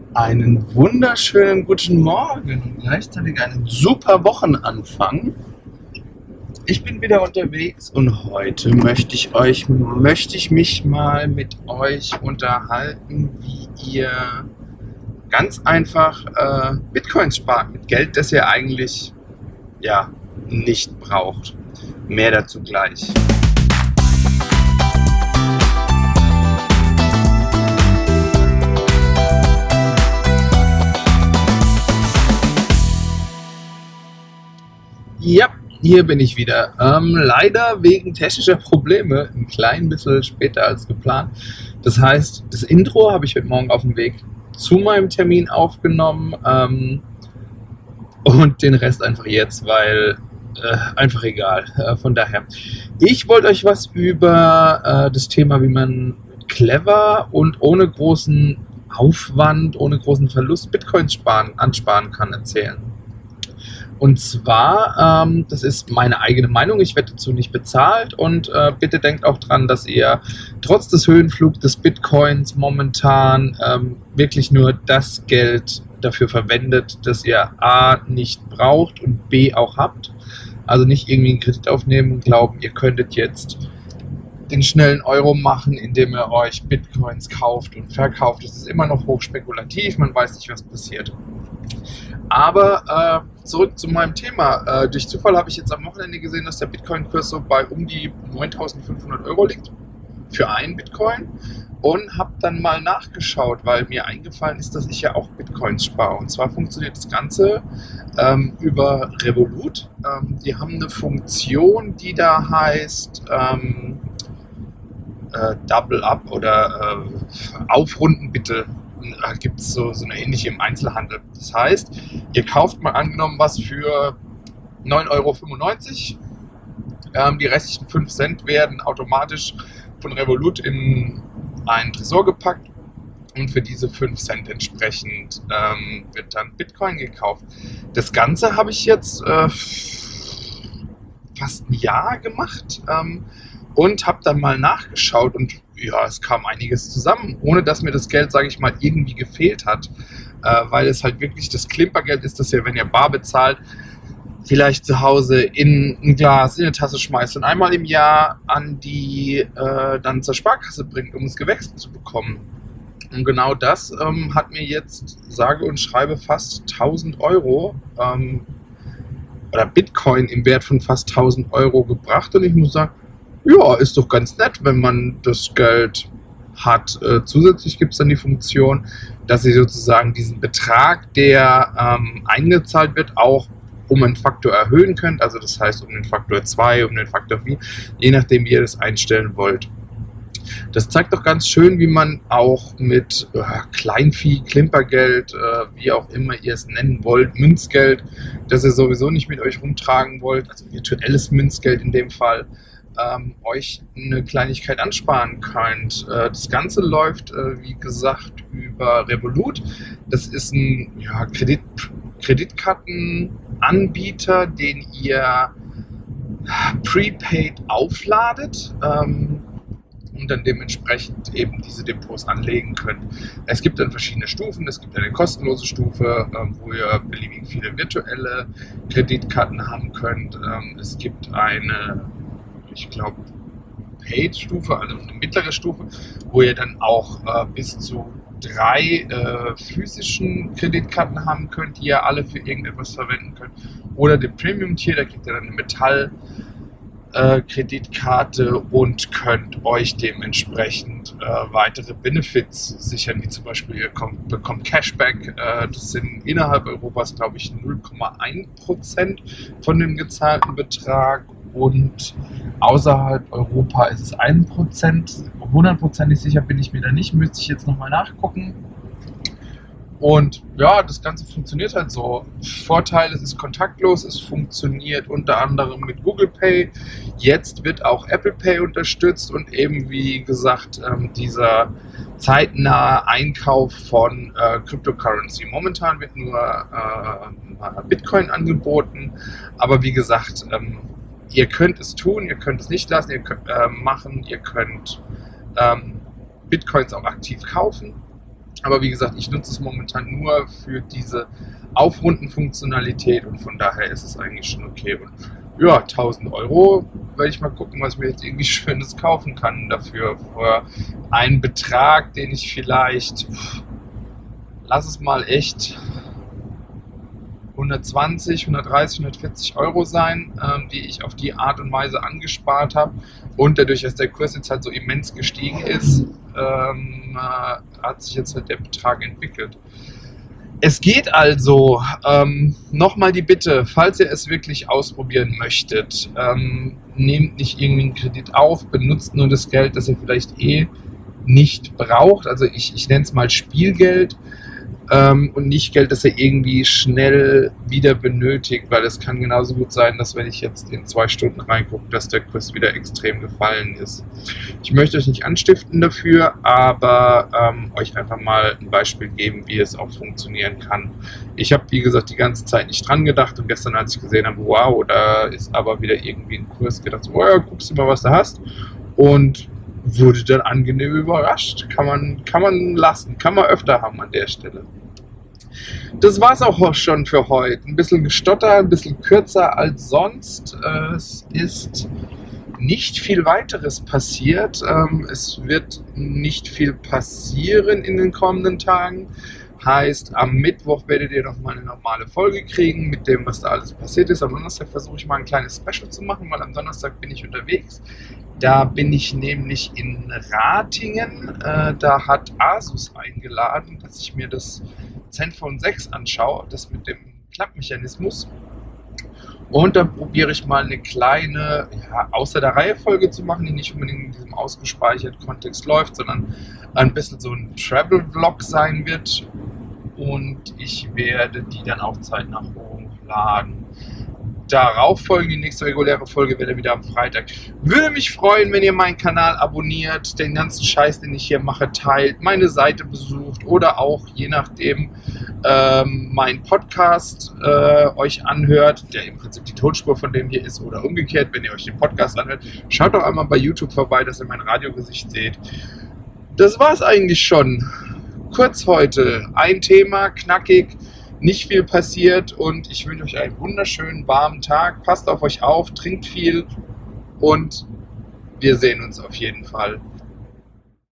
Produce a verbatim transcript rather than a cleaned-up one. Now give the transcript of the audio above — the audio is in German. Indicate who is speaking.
Speaker 1: Einen wunderschönen guten Morgen und gleichzeitig einen super Wochenanfang. Ich bin wieder unterwegs und heute möchte ich euch, möchte ich mich mal mit euch unterhalten, wie ihr ganz einfach äh, Bitcoins spart mit Geld, das ihr eigentlich ja nicht braucht. Mehr dazu gleich. Ja, hier bin ich wieder. Ähm, leider wegen technischer Probleme ein klein bisschen später als geplant. Das heißt, das Intro habe ich heute Morgen auf dem Weg zu meinem Termin aufgenommen ähm, und den Rest einfach jetzt, weil äh, einfach egal. Äh, von daher, ich wollte euch was über äh, das Thema, wie man clever und ohne großen Aufwand, ohne großen Verlust Bitcoins sparen, ansparen kann, erzählen. Und zwar, ähm, das ist meine eigene Meinung, ich werde dazu nicht bezahlt und äh, bitte denkt auch dran, dass ihr trotz des Höhenflugs des Bitcoins momentan ähm, wirklich nur das Geld dafür verwendet, das ihr A nicht braucht und B auch habt. Also nicht irgendwie einen Kredit aufnehmen und glauben, ihr könntet jetzt den schnellen Euro machen, indem ihr euch Bitcoins kauft und verkauft. Das ist immer noch hochspekulativ, man weiß nicht, was passiert. Aber äh, zurück zu meinem Thema. Äh, durch Zufall habe ich jetzt am Wochenende gesehen, dass der Bitcoin-Kurs so bei um die neuntausendfünfhundert Euro liegt für einen Bitcoin und habe dann mal nachgeschaut, weil mir eingefallen ist, dass ich ja auch Bitcoins spare. Und zwar funktioniert das Ganze ähm, über Revolut. Ähm, die haben eine Funktion, die da heißt ähm, äh, Double Up oder äh, Aufrunden bitte. Da gibt es so, so eine ähnliche im Einzelhandel. Das heißt, ihr kauft mal angenommen was für neun Euro fünfundneunzig. Ähm, die restlichen fünf Cent werden automatisch von Revolut in einen Tresor gepackt und für diese fünf Cent entsprechend ähm, wird dann Bitcoin gekauft. Das Ganze habe ich jetzt äh, fast ein Jahr gemacht ähm, und habe dann mal nachgeschaut und ja, es kam einiges zusammen, ohne dass mir das Geld, sage ich mal, irgendwie gefehlt hat, äh, weil es halt wirklich das Klimpergeld ist, das ihr, wenn ihr bar bezahlt, vielleicht zu Hause in ein Glas, in eine Tasse schmeißt und einmal im Jahr an die äh, dann zur Sparkasse bringt, um es gewechselt zu bekommen. Und genau das ähm, hat mir jetzt, sage und schreibe, fast tausend Euro ähm, oder Bitcoin im Wert von fast tausend Euro gebracht und ich muss sagen, ja, ist doch ganz nett, wenn man das Geld hat. Äh, zusätzlich gibt es dann die Funktion, dass ihr sozusagen diesen Betrag, der ähm, eingezahlt wird, auch um einen Faktor erhöhen könnt. Also das heißt um den Faktor zwei, um den Faktor vier, je nachdem wie ihr das einstellen wollt. Das zeigt doch ganz schön, wie man auch mit äh, Kleinvieh, Klimpergeld, äh, wie auch immer ihr es nennen wollt, Münzgeld, das ihr sowieso nicht mit euch rumtragen wollt, also virtuelles Münzgeld in dem Fall, Ähm, euch eine Kleinigkeit ansparen könnt. Äh, das Ganze läuft, äh, wie gesagt, über Revolut. Das ist ein ja, Kredit, Kreditkartenanbieter, den ihr prepaid aufladet ähm, und dann dementsprechend eben diese Depots anlegen könnt. Es gibt dann verschiedene Stufen. Es gibt eine kostenlose Stufe, ähm, wo ihr beliebig viele virtuelle Kreditkarten haben könnt. Ähm, es gibt eine ich glaube, Paid-Stufe, also eine mittlere Stufe, wo ihr dann auch äh, bis zu drei äh, physischen Kreditkarten haben könnt, die ihr alle für irgendetwas verwenden könnt. Oder den Premium-Tier, da kriegt ihr dann eine Metall-Kreditkarte äh, und könnt euch dementsprechend äh, weitere Benefits sichern, wie zum Beispiel ihr kommt, bekommt Cashback, äh, das sind innerhalb Europas, glaube ich, null Komma eins Prozent von dem gezahlten Betrag. Und außerhalb Europa ist es ein Prozent. hundertprozentig sicher bin ich mir da nicht, müsste ich jetzt nochmal nachgucken. Und ja, das Ganze funktioniert halt so. Vorteil, es ist kontaktlos, es funktioniert unter anderem mit Google Pay. Jetzt wird auch Apple Pay unterstützt und eben wie gesagt ähm, dieser zeitnahe Einkauf von äh, Cryptocurrency. Momentan wird nur äh, Bitcoin angeboten, aber wie gesagt, ähm, ihr könnt es tun, ihr könnt es nicht lassen, ihr könnt äh, machen, ihr könnt ähm, Bitcoins auch aktiv kaufen. Aber wie gesagt, ich nutze es momentan nur für diese Aufrunden-Funktionalität und von daher ist es eigentlich schon okay. Und ja, tausend Euro werde ich mal gucken, was ich mir jetzt irgendwie Schönes kaufen kann dafür. Für einen Betrag, den ich vielleicht, lass es mal echt hundertzwanzig, hundertdreißig, hundertvierzig Euro sein, ähm, die ich auf die Art und Weise angespart habe. Und dadurch, dass der Kurs jetzt halt so immens gestiegen ist, ähm, äh, hat sich jetzt halt der Betrag entwickelt. Es geht also, ähm, nochmal die Bitte, falls ihr es wirklich ausprobieren möchtet, ähm, nehmt nicht irgendwie einen Kredit auf, benutzt nur das Geld, das ihr vielleicht eh nicht braucht. Also ich, ich nenne es mal Spielgeld. Ähm, und nicht Geld, das er irgendwie schnell wieder benötigt, weil es kann genauso gut sein, dass wenn ich jetzt in zwei Stunden reingucke, dass der Kurs wieder extrem gefallen ist. Ich möchte euch nicht anstiften dafür, aber ähm, euch einfach mal ein Beispiel geben, wie es auch funktionieren kann. Ich habe, wie gesagt, die ganze Zeit nicht dran gedacht und gestern, als ich gesehen habe, wow, da ist aber wieder irgendwie ein Kurs, gedacht, so, wow, guckst du mal, was du hast, und wurde dann angenehm überrascht. Kann man, kann man lassen, kann man öfter haben an der Stelle. Das war's auch schon für heute. Ein bisschen gestottert, ein bisschen kürzer als sonst. Es ist nicht viel weiteres passiert. Es wird nicht viel passieren in den kommenden Tagen. Heißt, am Mittwoch werdet ihr noch mal eine normale Folge kriegen mit dem, was da alles passiert ist. Am Donnerstag versuche ich mal ein kleines Special zu machen, weil am Donnerstag bin ich unterwegs. Da bin ich nämlich in Ratingen. Äh, da hat Asus eingeladen, dass ich mir das Zenfone sechs anschaue, das mit dem Klappmechanismus. Und dann probiere ich mal eine kleine, ja, außer der Reihe Folge zu machen, die nicht unbedingt in diesem ausgespeicherten Kontext läuft, sondern ein bisschen so ein Travel-Vlog sein wird. Und ich werde die dann auch zeitnah hochladen. Darauf folgen die nächste reguläre Folge wäre wieder am Freitag. Würde mich freuen, wenn ihr meinen Kanal abonniert, den ganzen Scheiß, den ich hier mache, teilt, meine Seite besucht oder auch, je nachdem, ähm, meinen Podcast äh, euch anhört, der im Prinzip die Tonspur von dem hier ist, oder umgekehrt, wenn ihr euch den Podcast anhört. Schaut doch einmal bei YouTube vorbei, dass ihr mein Radiogesicht seht. Das war's eigentlich schon. Kurz heute, ein Thema, knackig. Nicht viel passiert und ich wünsche euch einen wunderschönen, warmen Tag. Passt auf euch auf, trinkt viel und wir sehen uns auf jeden Fall.